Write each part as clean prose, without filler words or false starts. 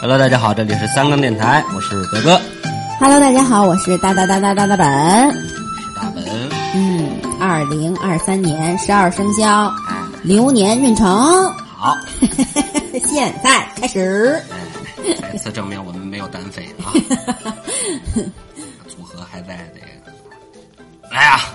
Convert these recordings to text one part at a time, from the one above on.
Hello， 大家好，这里是三更电台，我是德哥。 Hello， 大家好，我是大本。 大本。 2023年12生肖，流年运程。 好， 现在开始。 再次证明我们没有单飞啊。组合还在这个。来呀，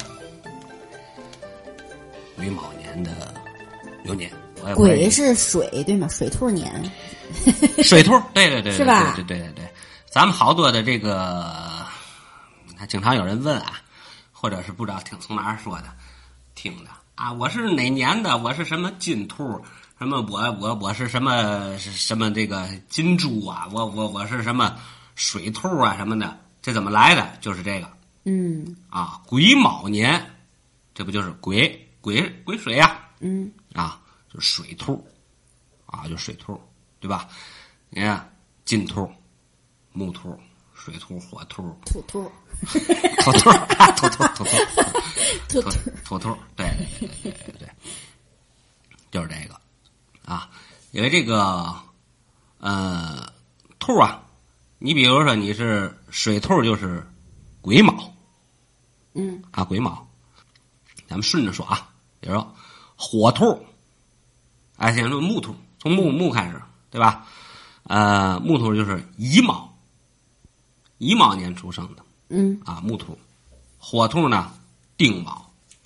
癸卯年的流年。 癸是水对吗？水兔年。 水兔，对， 是吧？ 对，咱们好多的这个，经常有人问啊，或者是不知道听从哪儿说的，听的啊，我是哪年的？我是什么金兔？什么我是什么这个金猪啊？我是什么水兔啊什么的？这怎么来的？就是这个，癸卯年，这不就是癸水呀？就是水兔，就水兔。对吧？你看，金兔、木兔、水兔、火兔、 土兔， 对，就是这个啊。因为这个兔啊，你比如说你是水兔，就是癸卯，癸卯。咱们顺着说啊，比如说火兔，先说木兔，从木开始。对吧？木兔就是乙卯年出生的，木兔。火兔呢，丁卯，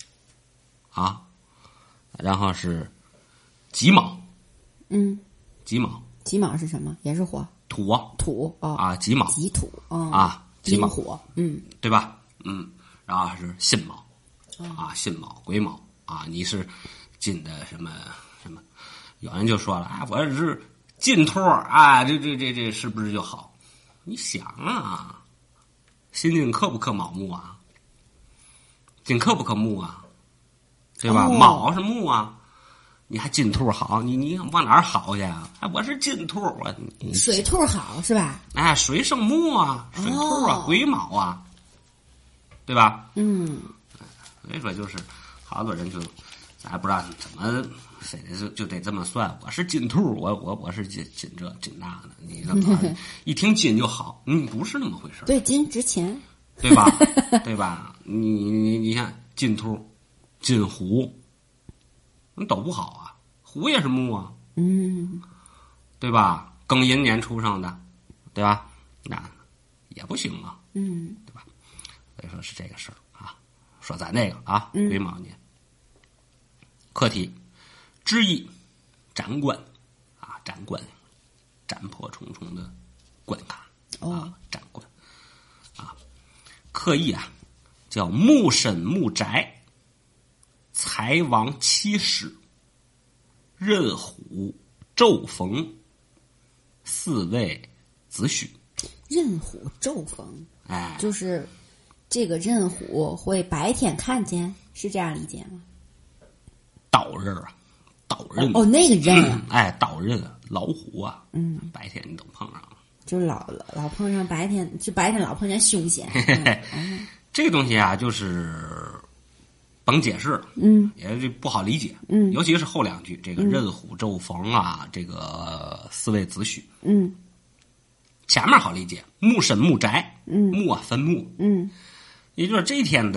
然后是己卯，己卯是什么？也是火， 土己卯， 己土己卯火， 对吧？然后是辛卯，辛卯癸卯你是进的什么？有人就说了我是金兔这是不是就好？你想啊，辛金克不克卯木啊？金克不克木啊？对吧？卯是木啊，你还金兔好？你往哪儿好去啊？我是金兔水兔好是吧？ 水生木啊，水兔癸卯啊，对吧？所以说就是好多人就咱也不知道怎么。谁就得这么算？我是金兔，我是金这金那的，你这一听金就好，不是那么回事。 对，金值钱， 对吧？对吧？你看金兔、金虎，都不好啊，虎也是木啊，对吧？庚寅年出生的，对吧？那也不行啊，对吧？所以说是这个事儿啊。说咱这个癸卯年，课题。知意斩冠斩冠，斩破重重的关卡斩冠刻意叫木申木宅，财王七世，壬虎昼逢，四位子戌。 壬虎昼逢，就是这个壬虎会白天看见，是这样理解吗？ 道刃导刃那个刃导刃老虎白天你都碰上了， 就是老碰上白天，就白天老碰见凶险。 这个东西就是甭解释了，也就不好理解，尤其是后两句，这个壬虎昼逢这个四位子戌，前面好理解，木申木宅，木坟墓，也就是这一天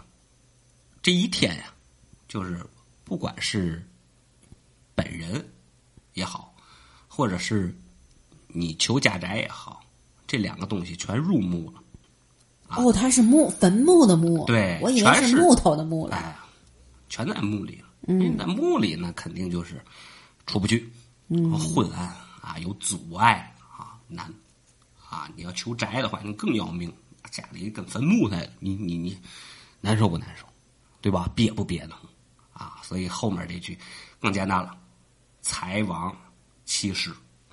呀，就是不管是本人也好，或者是你求家宅也好，这两个东西全入墓了。 它是坟墓的墓， 对， 我以为是木头的木了。 全在墓里了。在墓里呢，肯定就是出不去，昏暗有阻碍难你要求宅的话，你更要命，家里跟坟墓似的，你难受不难受？对吧？憋不憋得所以后面这句更简单了。财王七世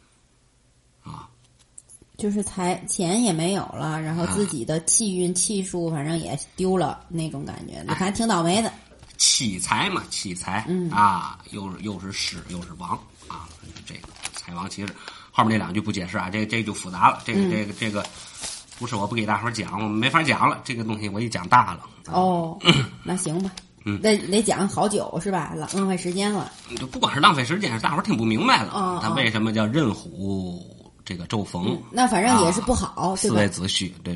就是钱也没有了，然后自己的气运气数反正也丢了那种感觉，反正挺倒霉的。 弃财嘛，弃财又是失又是亡这个财王七世，后面那两句不解释这就复杂了。这个不是我不给大伙讲，我们没法讲了。这个东西我一讲大了。 那行吧。得讲好久是吧？浪费时间了。 就不管是浪费时间，是大伙儿听不明白了。他为什么叫壬虎这个昼逢， 那反正也是不好，对吧？ 四位子虚，对。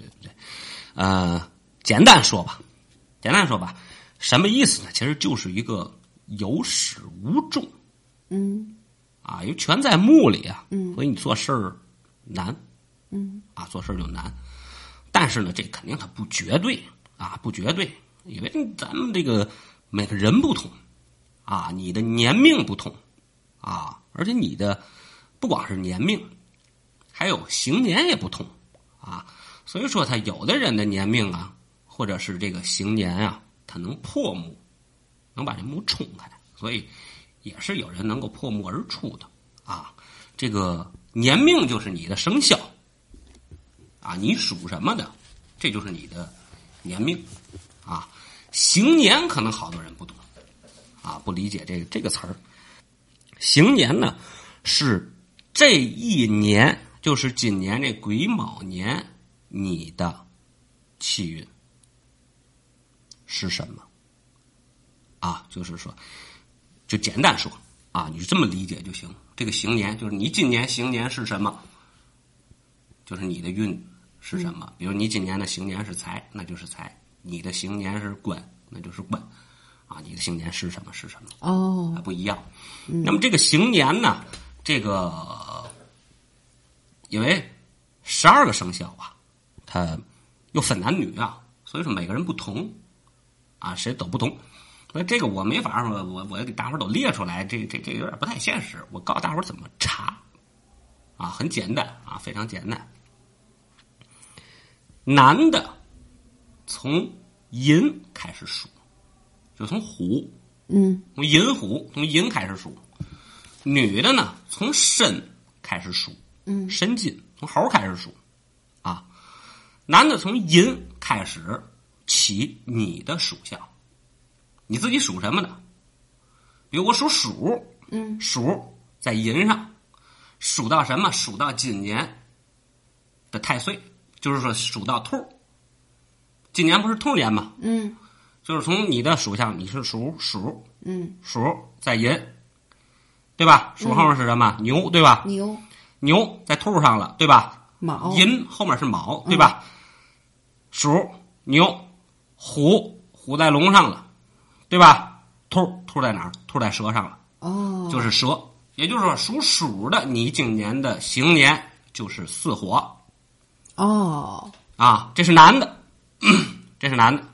简单说吧，什么意思呢？其实就是一个有始无终，因为全在目里啊，所以你做事儿难，做事儿就难。但是呢，这肯定它不绝对啊，不绝对，因为咱们这个每个人不同啊，你的年命不同啊，而且你的不光是年命，还有行年也不同啊，所以说他有的人的年命啊，或者是这个行年啊，他能破木，能把这木冲开，所以也是有人能够破木而出的啊。这个年命就是你的生肖啊，你属什么的，这就是你的年命啊。行年可能好多人不懂啊，不理解这个词儿。行年呢是这一年，就是今年这癸卯年你的气运是什么啊？就是说，就简单说啊，你就这么理解就行。这个行年就是你今年行年是什么，就是你的运是什么。比如你今年的行年是财，那就是财；你的行年是官，那就是官。啊，你的行年是什么是什么？还不一样。那么这个行年呢，这个因为12个生肖啊，它又分男女啊，所以说每个人不同啊，谁都不同。所以这个我没法说，我给大伙儿都列出来，这有点不太现实。我告诉大伙儿怎么查啊，很简单啊，非常简单。男的从寅开始数，就从虎，从寅虎，从寅开始数。女的呢，从申开始数，申金，从猴开始数，啊。男的从寅开始起你的属相，你自己属什么的？比如我属鼠，鼠在寅上，数到什么？数到今年的太岁，就是说数到兔。今年不是兔年吗？就是从你的属相，你是属鼠，鼠在寅，对吧？鼠后面是什么？牛，对吧？牛在兔上了，对吧？ 卯， 寅后面是卯，对吧？鼠、牛、虎在龙上了，对吧？兔在哪儿？兔在蛇上了，就是蛇。也就是说，属鼠的，你今年的行年就是巳火。这是男的，这是男的。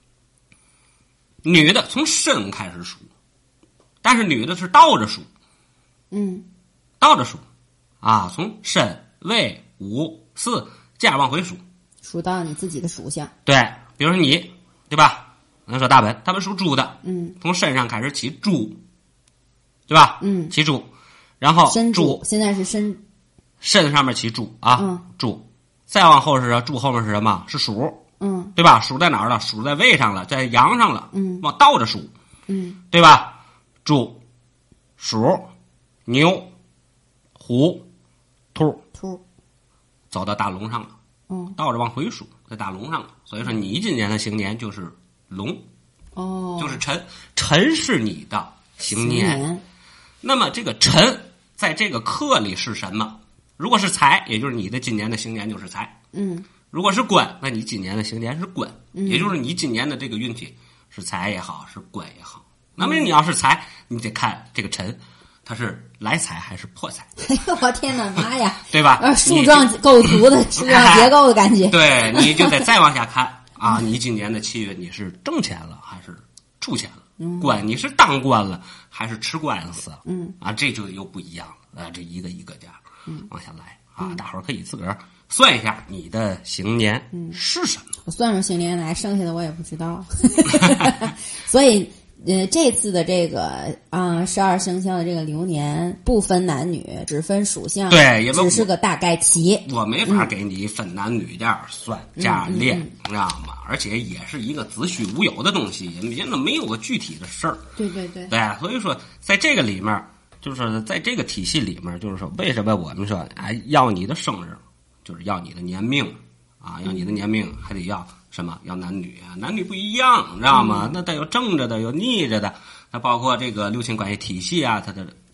女的从申开始数，但是女的是倒着数，倒着数啊，从申、未、午、巳这样往回数， 数到你自己的属相。 对，比如说你，对吧？咱说大本属猪的，从申上开始起猪，对吧？起猪，然后猪现在是申上面起猪啊，猪，再往后是猪后面是什么？是鼠。对吧？鼠在哪儿了？鼠在胃上了，在阳上了，往倒着数，对吧？猪、鼠、牛、虎、兔，走到大龙上了，倒着往回数，在大龙上了。所以说，你今年的行年就是龙，就是辰，辰是你的行年。那么这个辰在这个课里是什么？如果是财，也就是你的今年的行年就是财，如果是官，那你今年的行年是官，也就是你今年的这个运气是财也好，是官也好。那么你要是财，你得看这个辰，它是来财还是破财。 哎呦，我天哪，妈呀， 对吧？ 树状构图的树状结构的感觉。 对，你就得再往下看啊，你今年的气运你是挣钱了还是出钱了？官你是当官了还是吃官司了？这就又不一样了啊，这一个一个这样往下来啊，大伙儿可以自个儿算一下你的行年是什么。 我算出行年来，剩下的我也不知道。所以这次的这个12生肖的这个流年不分男女，只分属相， 对，也只是个大概齐。 我没法给你分男女这样算，这样练，你知道吗？而且也是一个子虚乌有的东西，也没有个具体的事儿。 对， 所以说在这个里面，就是在这个体系里面，就是说为什么我们说要你的生日，就是要你的年命啊，要你的年命还得要什么？要男女啊，男女不一样，你知道吗？那得有正着的，有逆着的，那包括这个六亲关系体系啊，它的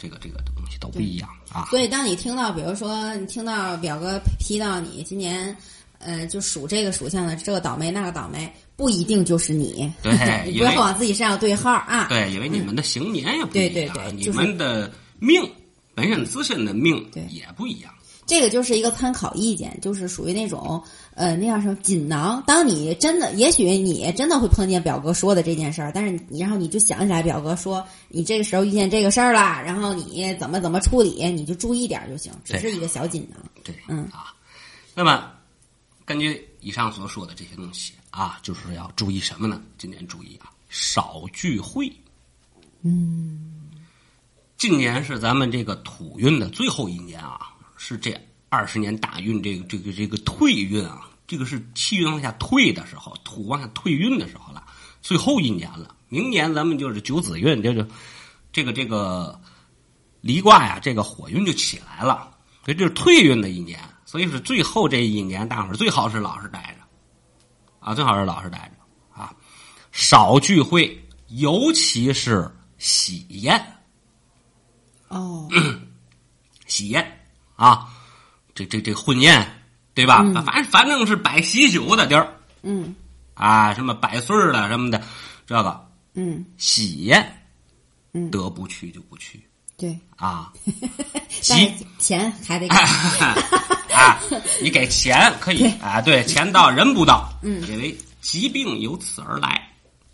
这个东西都不一样啊。 所以当你听到，比如说你听到表哥批到你今年，就属这个属相的这个倒霉那个倒霉，不一定就是你。 对， 你不要往自己身上对号啊。 对，因为你们的行年也不一样， 对， 你们的命本身自身的命也不一样。 这个就是一个参考意见，就是属于那种那叫什么锦囊。当你真的，也许你真的会碰见表哥说的这件事儿，但是然后你就想起来表哥说你这个时候遇见这个事儿了，然后你怎么处理，你就注意点就行，只是一个小锦囊。 对，那么根据以上所说的这些东西啊，就是要注意什么呢？今年注意啊，少聚会。今年是咱们这个土运的最后一年啊。是这20年大运这个退运啊，这个是气运往下退的时候，土往下退运的时候了，最后一年了。明年咱们就是九子运，这个离卦呀，这个火运就起来了，所以这是退运的一年，所以是最后这一年，大伙儿最好是老实待着啊，最好是老实待着啊，少聚会，尤其是喜宴。喜宴。啊，这婚宴，对吧？反正是摆喜酒的地儿，什么百岁的什么的，这个，喜宴，得不去就不去， 对啊， 但是钱还得给你给钱可以啊，对，钱到人不到，因为疾病由此而来，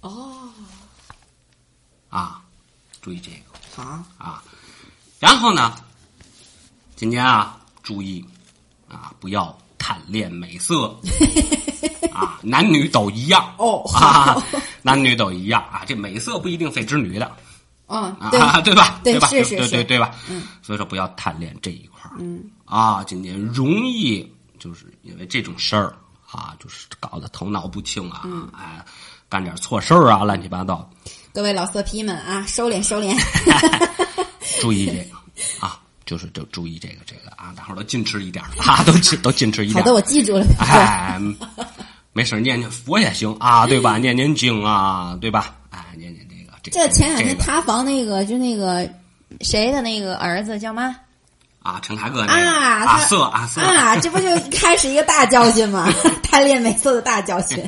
注意这个， 好啊，然后呢？今年啊，注意啊，不要贪恋美色啊，男女都一样男女都一样啊，这美色不一定非直女的对吧？ 对吧？ 是对吧？所以说不要贪恋这一块今年容易就是因为这种事儿啊，就是搞得头脑不清啊，干点错事儿啊，乱七八糟。 各位老色批们啊，收敛收敛， 注意这个啊。就注意这个啊，大伙儿都矜持一点啊，都矜持一点。 好的，我记住了。 没事念念佛也行啊，对吧？念念经啊，对吧？念念这个。 这前两天塌房那个，就那个谁的那个儿子叫嘛？ 陈凯歌那个阿瑟这不就开始一个大教训吗？贪恋美色的大教训。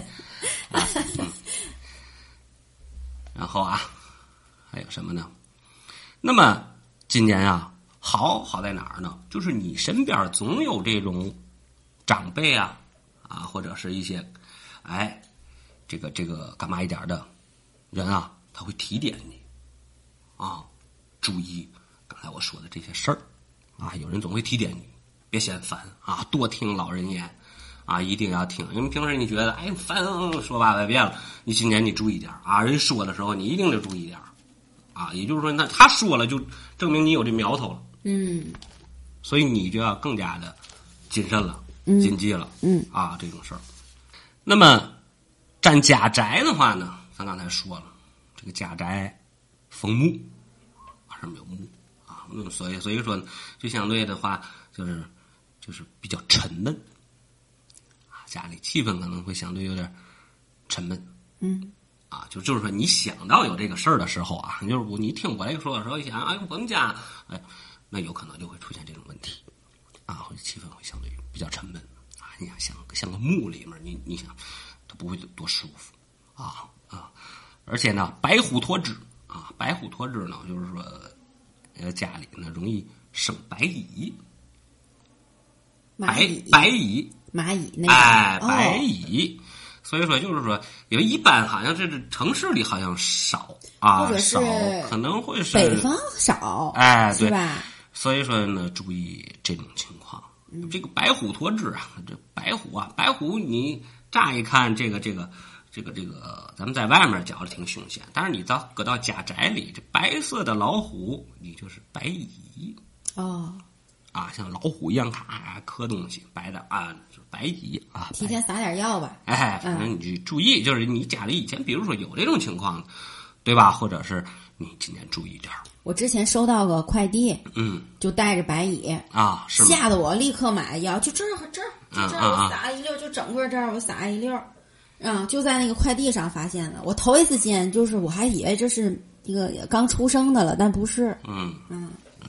然后还有什么呢？那么今年啊。好在哪儿呢？就是你身边总有这种长辈或者是一些这个干嘛一点的人他会提点你注意刚才我说的这些事儿有人总会提点你，别嫌烦多听老人言一定要听，因为平时你觉得烦说800遍了，你今年你注意点人说的时候你一定得注意点也就是说，那他说了就证明你有这苗头了。所以你就要更加的谨慎了，谨记了，这种事儿。那么占家宅的话呢，咱刚才说了，这个家宅逢木上面有木所以说就相对的话，就是比较沉闷家里气氛可能会相对有点沉闷，就是说你想到有这个事儿的时候就是你听我这个说的时候，一想我们家那有可能就会出现这种问题或者气氛会相对比较沉闷你想像个墓里面，你想它不会多舒服而且呢，白虎托枝白虎托枝呢，就是说家里呢容易生白蚁，白蚁蚂蚁那个白蚁。所以说，就是说，因为一般好像这城市里好像少或者是少可能会是北方少， 对吧？ 所以说呢，注意这种情况。这个白虎托枝这白虎你乍一看这个，咱们在外面觉得挺凶险，但是你搁到家宅里，这白色的老虎，你就是白蚁像老虎一样磕东西，白的就是白蚁提前撒点药吧。 反正你注意，就是你家里以前比如说有这种情况，对吧？或者是你今年注意点。 我之前收到个快递，就带着白蚁是吗？ 吓得我立刻买药，就这儿我撒一溜，就整个这儿我撒一溜，就在那个快递上发现的。我头一次见，就是我还以为这是一个刚出生的了，但不是，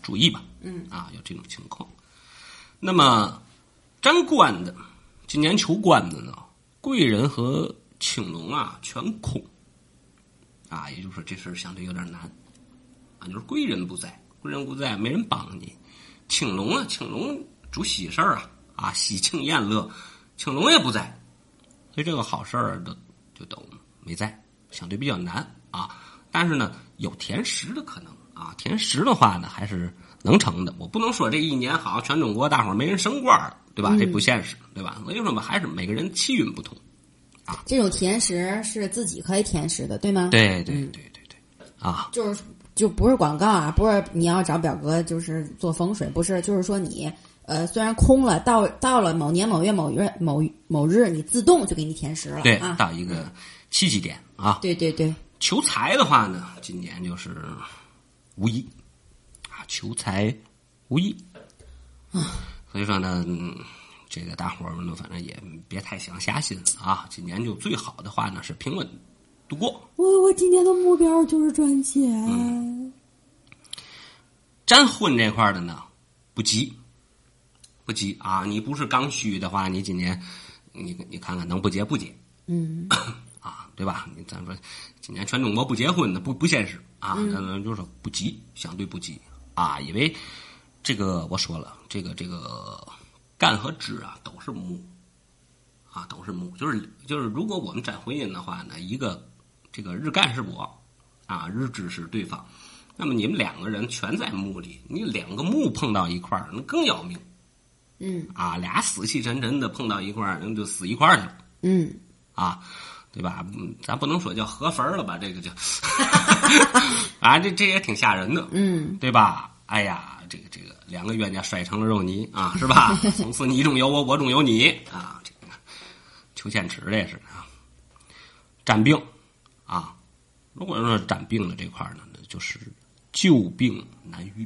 注意吧。有这种情况。那么占官的，今年求官的呢，贵人和青龙啊全空啊，也就是说这事儿相对有点难啊，就是贵人不在，没人帮你。青龙主喜事儿啊，喜庆宴乐，青龙也不在，所以这个好事儿就都没在，相对比较难啊。但是呢，有填实的可能啊，填实的话呢还是能成的。我不能说这一年好像全中国大伙儿没人升官了，对吧？这不现实，对吧？所以说吧，还是每个人气运不同啊。 这种填实是自己可以填实的，对吗？ 对啊， 就不是广告啊，不是你要找表哥就是做风水，不是，就是说你虽然空了，到了某年某月某日，你自动就给你填实了， 对啊， 到一个契机点啊。 对。 求财的话呢，今年就是无益啊，求财无益啊。所以说呢，这个大伙儿们呢，反正也别太想瞎心啊。今年就最好的话呢是平稳度过。 我今年的目标就是赚钱。 占婚这块的呢，不急啊！你不是刚需的话，你今年你看看能不结不结？啊，对吧？咱说今年全中国不结婚的不现实啊，那就是说不急，相对不急啊，因为这个我说了，这个干和支啊都是木啊，都是木，就是如果我们占婚姻的话呢，一个这个日干是我啊，日支是对方，那么你们两个人全在木里，你两个木碰到一块儿，那更要命。俩死气沉沉的碰到一块儿，人就死一块儿去了。对吧？咱不能说叫合坟了吧？这个叫啊，这也挺吓人的，对吧？哎呀，这个两个冤家摔成了肉泥啊，是吧？从此你中有我，我中有你啊，这个裘千尺这是啊。占病啊，如果说占病的这块呢，就是旧病难愈，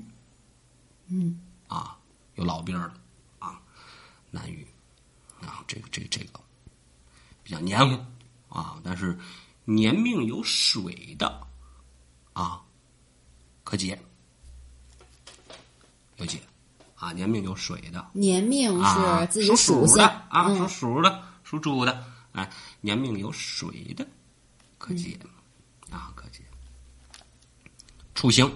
有老病的啊，难愈啊，这个比较黏糊。但是年命有水的啊，可解，有解啊。年命有水的， 年命是自己属属的啊，属鼠的，属猪的，年命有水的可解啊，可解。出行，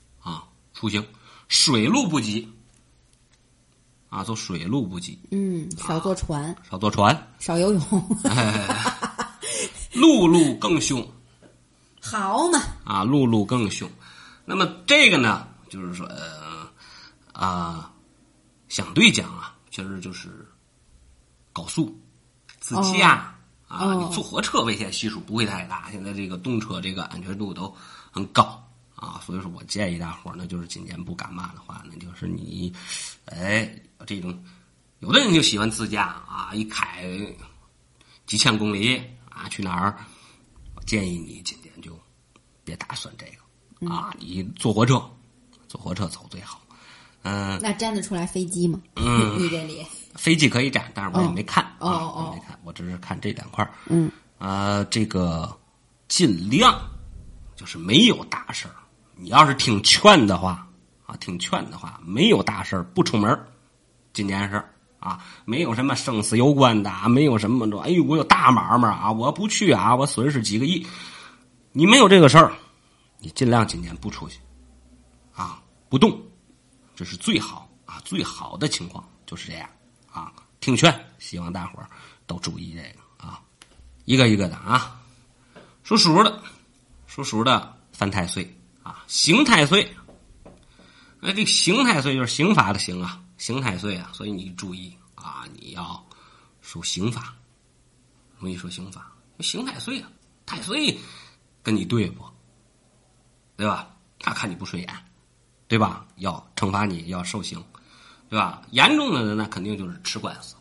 水路不及啊，走水路不及， 少坐船，少游泳。 路路更凶， 好嘛啊，路路更凶。那么这个呢，就是说相对讲啊，确实就是高速自驾你坐火车危险系数不会太大。现在这个动车这个安全度都很高啊，所以说我建议大伙呢，就是今年不干嘛的话呢，就是你这种有的人就喜欢自驾啊，一开几千公里。去哪儿？我建议你今天就别打算这个你坐火车走最好。 那站得出来飞机吗？你这里飞机可以站，但是我也没看我没看，我只是看这两块。这个尽量就是没有大事儿。你要是听劝的话没有大事儿不出门，今年是。没有什么生死攸关的，没有什么说，我有大买卖啊，我不去啊，我损失几个亿。你没有这个事儿，你尽量今年不出去，不动，这是最好最好的情况就是这样听劝，希望大伙儿都注意这个一个一个的属鼠的犯太岁刑太岁，这个刑太岁就是刑法的刑刑太岁所以你注意你要受刑法，容易受刑法。刑太岁太岁跟你对付，对吧？他看你不顺眼，对吧？要惩罚你，要受刑，对吧？严重的人呢，肯定就是吃官司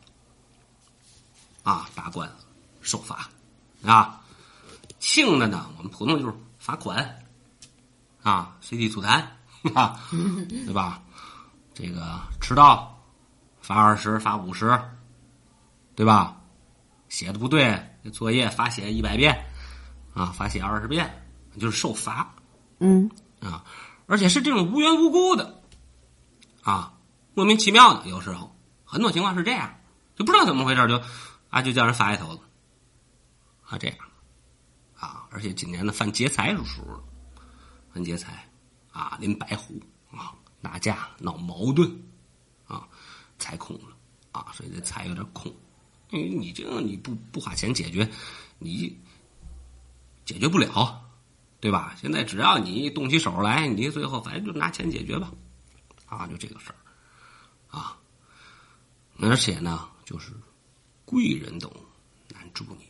打官司受罚轻的呢，我们普通就是罚款随地吐痰对吧？这个迟到罚20，罚50，对吧？写的不对，这作业罚写100遍罚写20遍，就是受罚。而且是这种无缘无故的啊，莫名其妙的，有时候很多情况是这样，就不知道怎么回事，就叫人发一头子啊，这样啊，而且今年的犯劫财是属的，犯劫财啊，临白虎啊，打架闹矛盾啊，财空了啊，所以这财有点空，因为你这个你不花钱解决，你解决不了，对吧？现在只要你动起手来，你最后反正就拿钱解决吧，啊，就这个事儿啊，而且呢，就是贵人都难助你，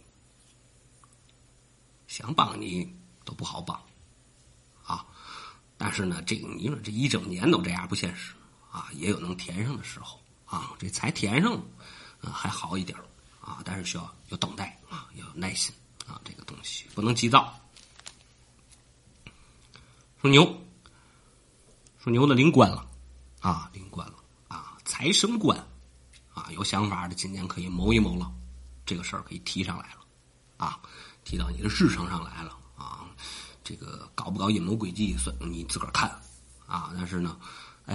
想帮你都不好帮啊。但是呢，这个你说这一整年都这样不现实啊，也有能填上的时候啊，这才填上还好一点啊，但是需要有等待啊，要有耐心啊，这个东西不能急躁。属牛的临官了啊，临官了啊，财生官啊，有想法的今年可以谋一谋了，这个事儿可以提上来了啊，提到你的日程上来了啊，这个搞不搞阴谋诡计算你自个儿看啊，但是呢，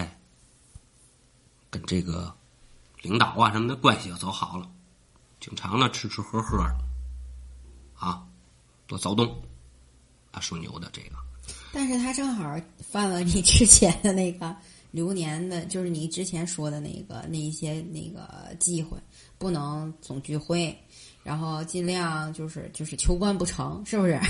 跟这个领导啊什么的关系要走好了，经常呢吃吃喝喝的啊，多走动啊，属牛的这个。 但是他正好犯了你之前的那个流年的，就是你之前说的那一些那个忌讳，不能总聚会，然后尽量就是求官不成，是不是？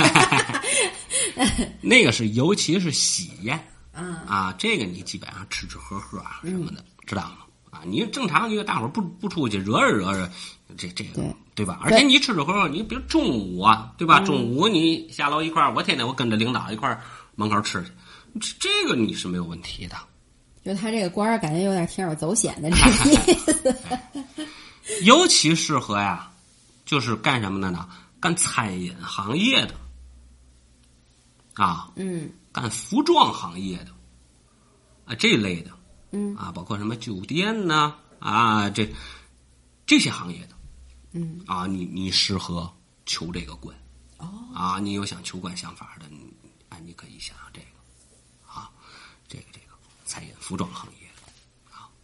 那个是尤其是喜宴啊，这个你基本上吃吃喝喝啊什么的，知道吗？啊，你正常一个大伙儿不出去惹着这个对吧？而且你吃吃喝喝，你比如中午啊，对吧？中午你下楼一块儿，我天天我跟着领导一块儿门口吃去，这个你是没有问题的。 就他这个官儿感觉有点铤而走险的这个意思， 尤其适合呀，就是干什么的呢？干餐饮行业的啊，干服装行业的啊这类的。啊，包括什么酒店呢？啊，这些行业的，啊，你适合求这个官，啊，你有想求官想法的，你可以想想这个，啊，这个餐饮服装行业的，啊，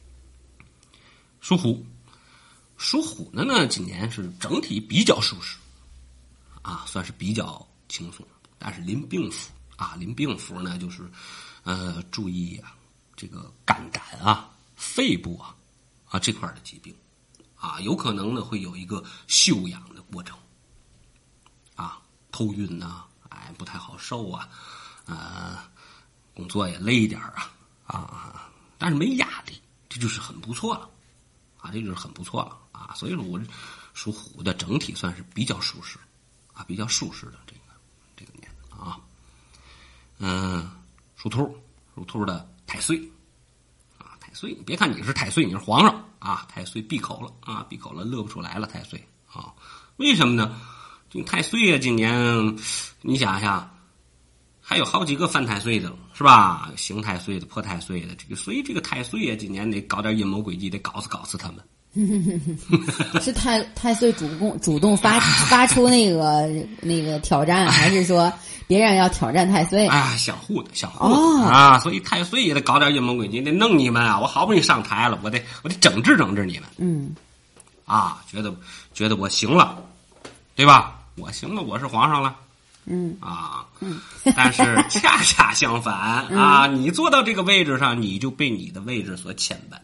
属虎的呢，今年是整体比较舒适，啊，算是比较轻松，但是临病符啊，临病符呢，就是注意啊。这个肝胆啊、肺部啊这块的疾病啊，有可能呢会有一个休养的过程啊，头晕呐，不太好受啊，工作也累一点啊，但是没压力，这就是很不错了啊，这就是很不错了啊，所以说我属虎的整体算是比较舒适啊，比较舒适的这个年啊，属兔的太岁啊，太岁，你别看你是太岁，你是皇上啊，太岁闭口了啊，闭口了，乐不出来了，太岁啊，为什么呢？这太岁啊，今年你想想，还有好几个犯太岁的了，是吧？刑太岁的、破太岁的，所以这个太岁啊，今年得搞点阴谋诡计，得搞死他们。 是太岁主动发出那个挑战，还是说别人要挑战太岁？ 相互的啊，所以太岁也得搞点阴谋诡计，得弄你们啊！我好不容易上台了，我得整治你们。啊，觉得我行了，对吧？我行了，我是皇上了。但是恰恰相反啊，你坐到这个位置上，你就被你的位置所牵绊。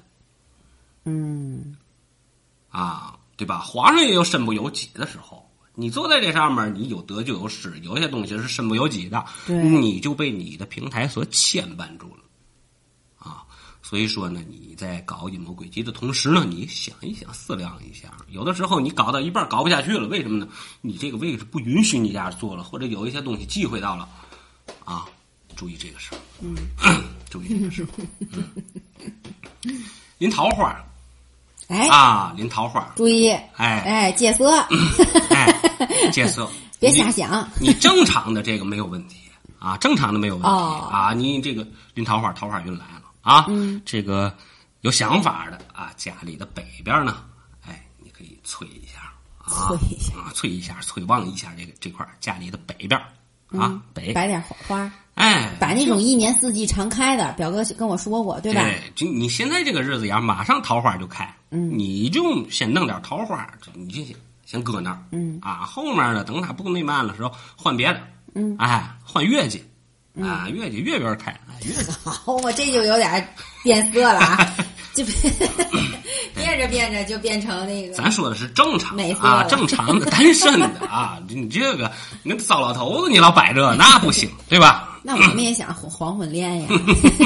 对吧？皇上也有身不由己的时候，你坐在这上面，你有得就有失，有些东西是身不由己的，你就被你的平台所牵绊住了啊。所以说呢，你在搞阴谋诡计的同时呢，你想一想，思量一下，有的时候你搞到一半搞不下去了，为什么呢？你这个位置不允许你这样做了，或者有一些东西忌讳到了啊，注意这个事儿，注意这个事儿。临桃花。临桃花， 注意，戒色， 戒色， 别瞎想。 你正常的这个没有问题啊，正常的没有问题啊。你这个临桃花，桃花运来了啊，这个有想法的啊，家里的北边呢，你可以催一下啊，催旺一下这块家里的北边北摆点花。 哎， 把那种一年四季常开的，表哥跟我说过，对吧？ 就你现在这个日子呀，马上桃花就开，你就先弄点桃花，你就先搁那儿，后面的等它不那慢的时候换别的，换月季，月季月月开， 好，我这就有点变色了啊，就变着变着就变成那个。 咱说的是正常正常的单身的啊，你这个你跟糟老头子你老摆这那不行，对吧？ 那我们也想黄昏恋呀。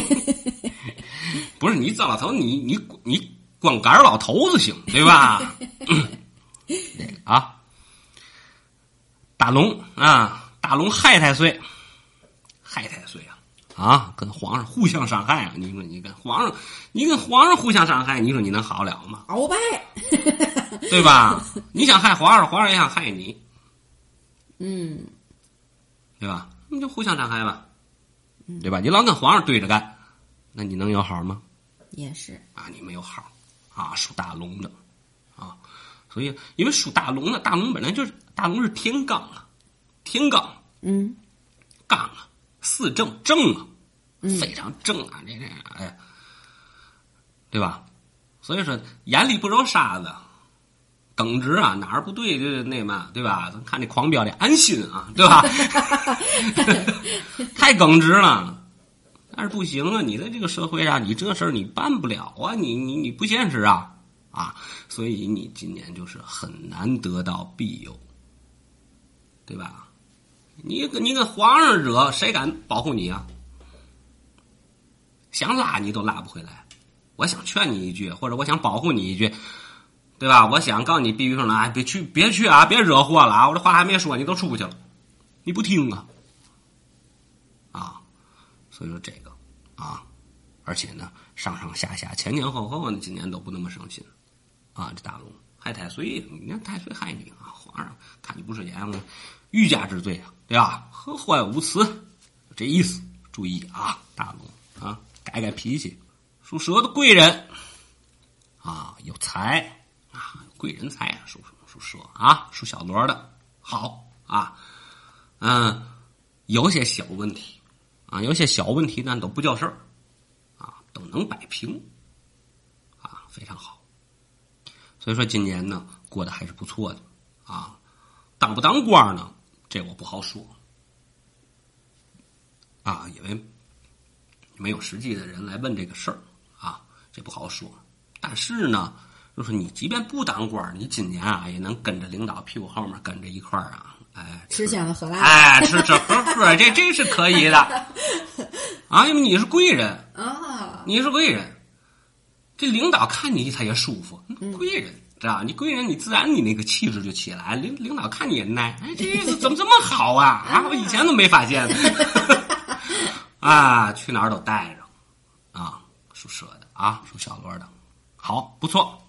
不是你糟老头，你光杆老头子行，对吧？大龙害太岁跟皇上互相伤害啊！你说你跟皇上互相伤害，你说你能好了吗？ 鳌拜， 对吧？你想害皇上，皇上也想害你，对吧？你就互相伤害吧，对吧？你老跟皇上对着干，那你能有好吗？ 也是你没有好属大龙的所以因为属大龙的，大龙本来就是大龙是天罡天罡，杠四正非常正这对吧？所以说眼里不揉沙子，耿直哪儿不对就那嘛，对吧？咱看这狂飙的安心对吧？太耿直了，但是不行啊！你在这个社会上，你这事儿你办不了啊！你不现实所以你今年就是很难得到庇佑，对吧？你跟皇上惹，谁敢保护你啊？想拉你都拉不回来。我想劝你一句，或者我想保护你一句，对吧？我想告诉你避雨声了，别去别惹祸了我这话还没说，你都出去了，你不听所以说这个而且呢，上上下下前前后后呢，今年都不那么省心这大龙害太岁，你看太岁害你皇上看你不顺眼，欲加之罪对吧？何患无辞，这意思。注意大龙改脾气。属蛇的贵人有财贵人财属蛇属小螺的好有些小问题但都不叫事儿都能摆平非常好。所以说今年呢过得还是不错的当不当官呢，这我不好说因为没有实际的人来问这个事儿这不好说。但是呢，就是你即便不当官，你今年也能跟着领导屁股后面跟着一块儿吃香的喝辣吃喝，这是可以的因为你是贵人你是贵人，这领导看你他也舒服，贵人知道你贵人，你自然你那个气质就起来，领导看你也耐，这怎么这么好我以前都没发现去哪儿都带着属蛇的属小螺的好不错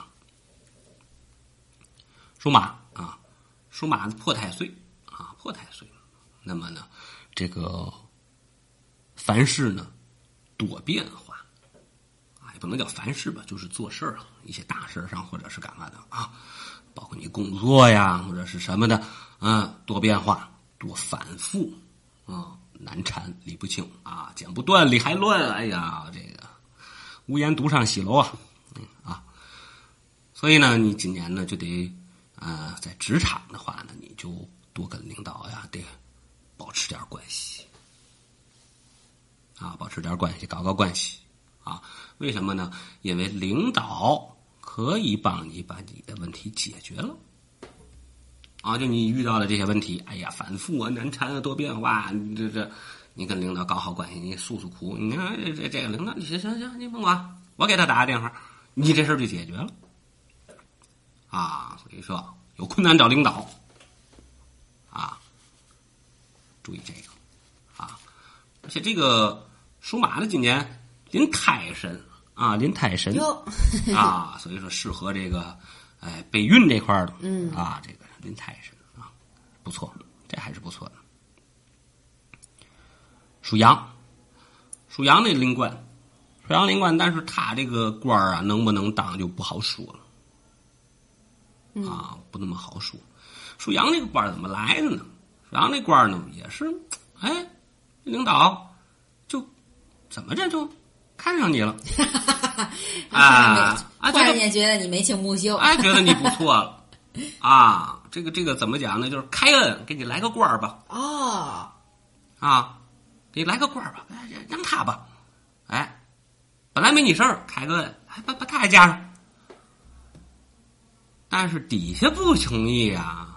属马属马的破太岁破太岁。那么呢这个凡事呢多变化也不能叫凡事吧，就是做事儿一些大事上或者是干嘛的包括你工作呀或者是什么的多变化多反复难缠理不清剪不断理还乱，哎呀这个无言独上西楼所以呢你今年呢就得在职场的话呢，你就多跟领导得保持点关系保持点关系，搞关系为什么呢？因为领导可以帮你把你的问题解决了就你遇到的这些问题，哎呀反复难缠多变化，你跟领导搞好关系，你诉苦，你看这个领导，你行，你甭管，我给他打个电话，你这事儿就解决了所以说有困难找领导注意这个而且这个属马的今年临太神临太神所以说适合这个备孕这块的这个临太神不错，这还是不错的。属羊的灵官，但是他这个官能不能当就不好说了不那么好说。属羊这个官怎么来的呢？ 然后那官呢也是，领导就怎么着就看上你了， 突然间觉得你眉清目秀， 觉得你不错了，啊，这个怎么讲呢？就是开恩，给你来个官吧。 哦， 给你来个官吧，让他吧，本来没你事儿，开个恩，把他还加上，但是底下不同意啊。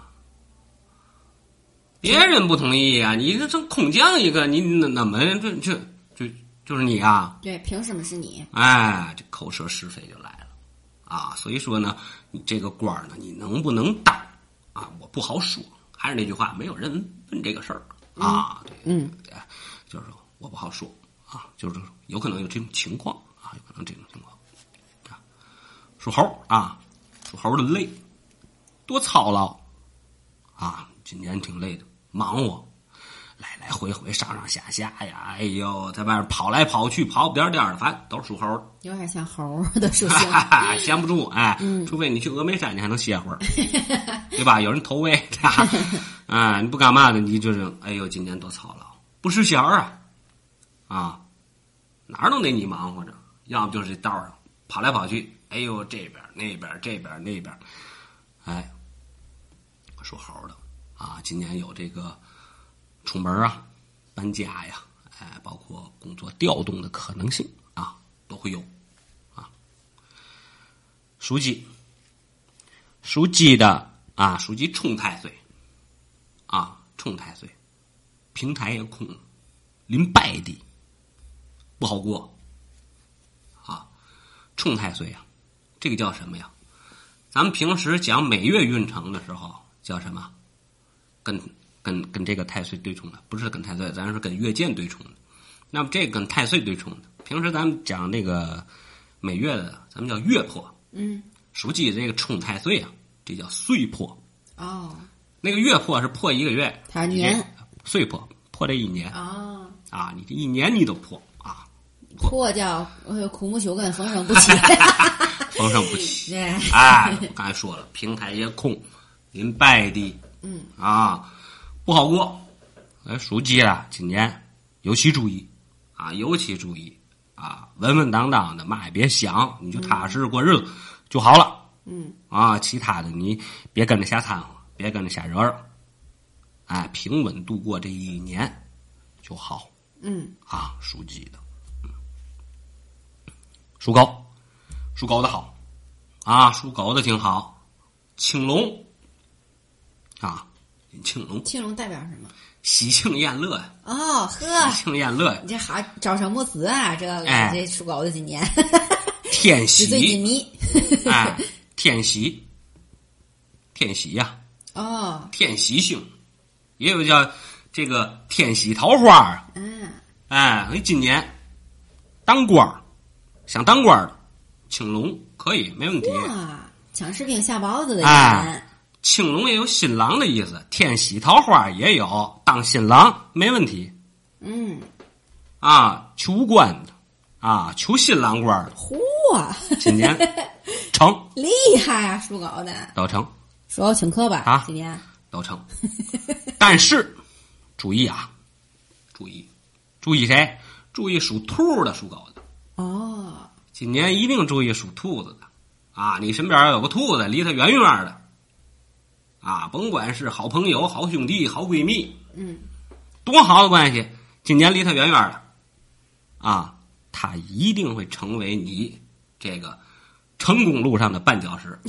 别人不同意啊！你这空降一个，你怎么就是你啊？ 对，凭什么是你？ 这口舌是非就来了啊！所以说呢，你这个官呢，你能不能当啊？我不好说。还是那句话，没有人问这个事儿啊。对，就是我不好说啊，就是有可能有这种情况啊，有可能这种情况啊。属猴啊，属猴的累，多操劳啊！今年挺累的。忙活，来回上下呀，哎呦，在外面跑来跑去，跑不颠颠的，反正都是属猴的， 有点像猴的属性， 闲不住，除非你去峨眉山，你还能歇会儿，对吧？有人投喂，你不干嘛的，你就是，哎呦，今年多操劳，不识闲儿啊，哪儿都得你忙活着，要么就是这道上跑来跑去，哎呦，这边那边，这边那边，属猴的。今年有这个出门啊、搬家呀，包括工作调动的可能性啊，都会有啊。属鸡的属鸡冲太岁冲太岁，平台也空，临败地，不好过冲太岁这个叫什么呀？咱们平时讲每月运程的时候叫什么？跟这个太岁对冲的，不是跟太岁，咱是跟月见对冲的。那么这个跟太岁对冲的，平时咱们讲那个每月的，咱们叫月破。属鸡这个冲太岁这叫岁破。那个月破是破一个月， 它年岁破这一年。你这一年你都破破叫枯木朽根，风生不起。 风生不起。我刚才说了，平台也空，临败地。不好过。属鸡了，今年尤其注意稳稳当当的，嘛也别想，你就踏实过日子就好了。其他的你别跟着瞎掺和，别跟着瞎惹惹，平稳度过这一年就好。属鸡的，属狗的好属狗的挺好。青龙青龙代表什么？ 喜庆宴乐喜庆宴乐， 你这好朝生暮死啊！这属狗的今年天喜， 纸醉金迷。 天喜呀！天喜星，也有叫这个天喜桃花。你今年当官想当官的，青龙可以没问题。 抢士兵下包子的人。 青龙也有新郎的意思，天喜桃花也有，当新郎没问题。求官的求新郎官的，今年成厉害属狗的都成， 属狗请客吧今年都成。但是注意注意谁？注意属兔的、属狗的。今年一定注意属兔子的你身边有个兔子，离他远远的。甭管是好朋友、好兄弟、好闺蜜，多好的关系，今年离他远远的，他一定会成为你这个成功路上的绊脚石，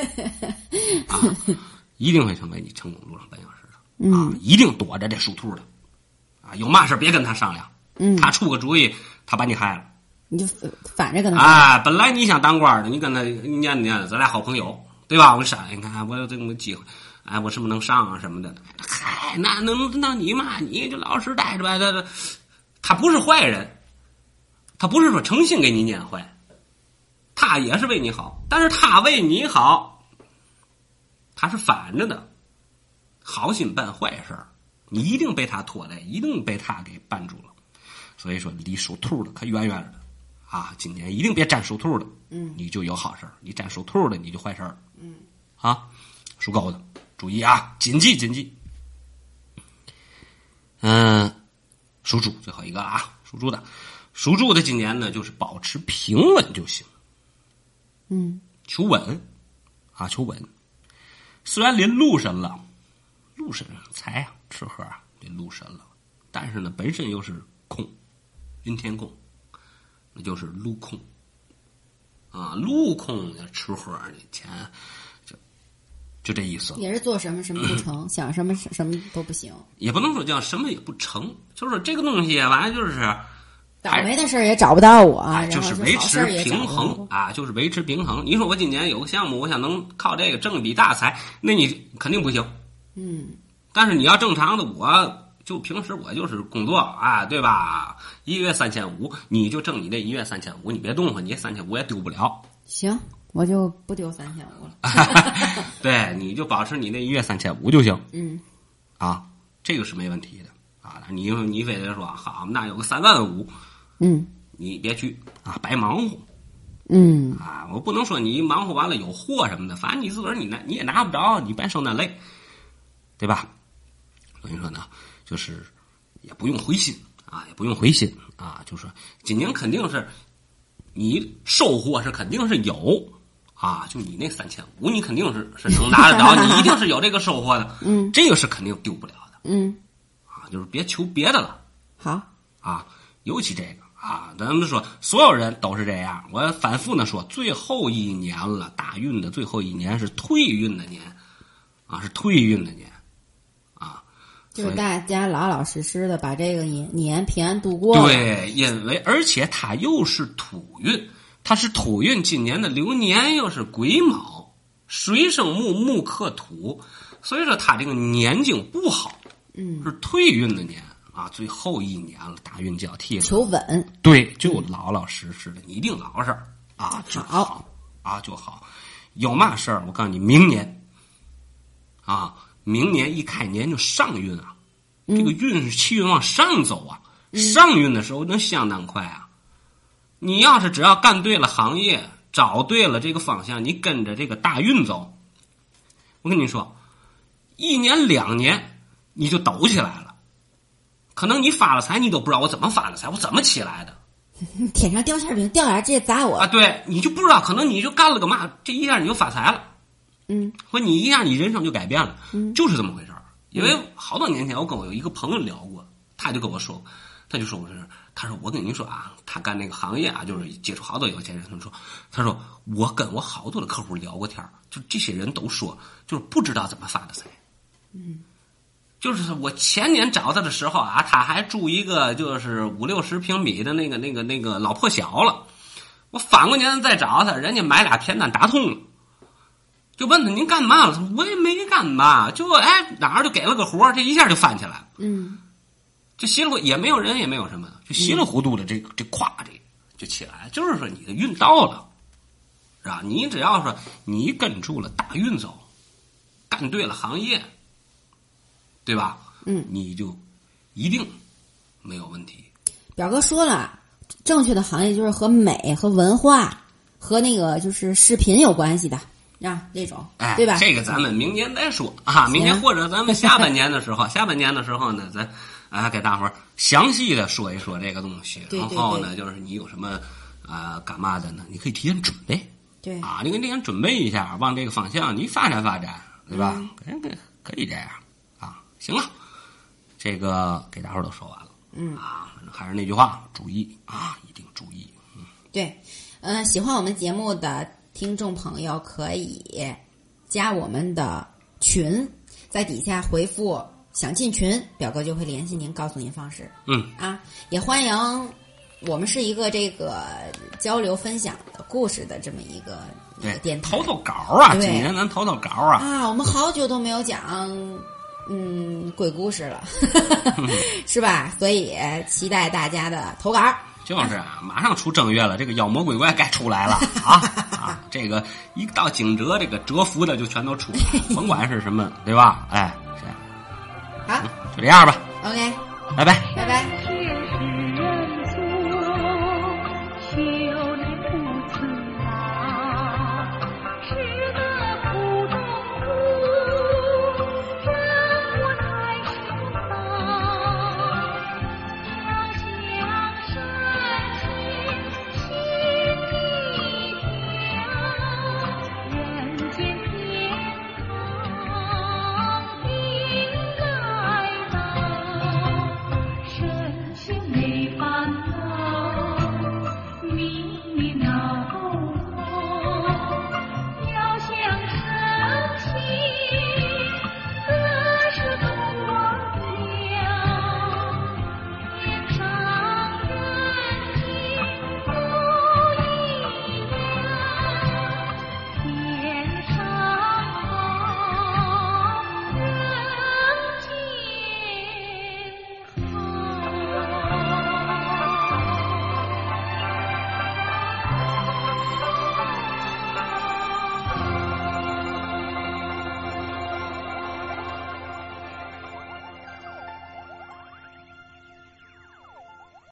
一定会成为你成功路上绊脚石的，一定躲着这属兔的，有嘛事别跟他商量，他出个主意，他把你害了， 你就反着跟他本来你想当官的，你跟他念念，咱俩好朋友。对吧？我商量，你看我有这么个机会，我是不是能上什么的？那能轮到你吗？你就老实待着吧。他不是坏人，他不是说诚心给你念坏，他也是为你好，但是他为你好，他是反着的，好心办坏事，你一定被他拖累，一定被他给绊住了。所以说，离属兔的可远远的今年一定别沾属兔的，你就有好事，你沾属兔的你就坏事。属狗的注意谨记。 属猪最后一个啊，属猪的今年呢，就是保持平稳就行。求稳啊，求稳。虽然临禄神了，禄神财啊，吃喝啊，临禄神了，但是呢，本身又是空，阴天空，那就是禄空啊，禄空吃喝的钱，就这意思。 也是做什么什么不成，想什么什么都不行。 也不能说叫什么也不成，就是这个东西完了就是倒霉的事儿也找不到我， 就是维持平衡啊，就是维持平衡。你说我今年有个项目，我想能靠这个挣一笔大财，那你肯定不行。但是你要正常的，我就平时我就是工作啊，对吧？1月3500，你就挣你这1月3500，你别动换，你这3500也丢不了。 行，我就不丢3500了。 对，你就保持你那1月3500就行。啊，这个是没问题的啊。你非得说好，那有个3.5万，你别去啊，白忙活。啊，我不能说你忙活完了有货什么的，反正你自个儿你也拿不着，你白受那累，对吧？所以说呢，就是也不用灰心啊，就是说今年肯定是你收获是肯定是有啊，就你那3500，你肯定是能拿得着，你一定是有这个收获的，这个是肯定丢不了的，啊，就是别求别的了， 好啊，尤其这个啊，咱们说所有人都是这样，我反复的说，最后一年了，大运的最后一年是退运的年，啊，是退运的年。 就是大家老老实实的把这个年平安度过。 对，因为而且它又是土运，它是土运，今年的流年又是癸卯，水生木，木克土，所以说它这个年景不好，是退运的年啊，最后一年了，大运交替了， 求稳。 对，就老老实实的，你一定老实啊，就好啊，就好。有嘛事儿，我告诉你，明年啊。明年一开年就上运啊，这个运是气运往上走啊，上运的时候能相当快啊。你要是只要干对了行业，找对了这个方向，你跟着这个大运走，我跟你说，1年2年你就抖起来了。可能你发了财，你都不知道我怎么发的财，我怎么起来的。 天上掉馅饼，掉哪直接砸我啊！对，你就不知道，可能你就干了个嘛，这一下你就发财了。或你一下你人生就改变了，就是这么回事儿。因为好多年前我跟我有一个朋友聊过，他就跟我说，他说我跟你说啊，他干那个行业啊，就是接触好多有钱人。他说我跟我好多的客户聊过天，就这些人都说，就是不知道怎么发的财。就是我前年找他的时候啊，他还住一个就是50-60平米的那个老破小了。我反过年再找他，人家买俩田单打通了。就问他您干嘛了？我也没干嘛，就哪儿就给了个活，这一下就翻起来了。就稀里糊涂也没有人也没有什么的，就稀里糊涂的这咵就起来了。就是说你的运到了，是吧？你只要说你跟住了大运走，干对了行业，对吧？你就一定没有问题。 表哥说了，正确的行业就是和美和文化和那个就是视频有关系的。这种，对吧？ 这个咱们明年再说啊，明年或者咱们下半年的时候呢，咱给大伙儿详细的说一说这个东西。 对， 然后呢，就是你有什么干嘛的呢？你可以提前准备。 对啊，你可以提前准备一下，往这个方向你发展，对吧？可以这样啊。行了，这个给大伙儿都说完了。还是那句话，注意啊，一定注意。 对，喜欢我们节目的听众朋友可以加我们的群，在底下回复想进群，表哥就会联系您，告诉您方式。也欢迎，我们是一个这个交流分享的故事的这么一个电台， 投稿啊，今年咱投稿啊。 我们好久都没有讲鬼故事了，是吧？所以期待大家的投稿。 就是啊，马上出正月了，这个妖魔鬼怪该出来了啊！这个一到惊蛰，这个蛰伏的就全都出来了，甭管是什么，对吧？好， 就这样吧。 OK， 拜拜， 拜拜。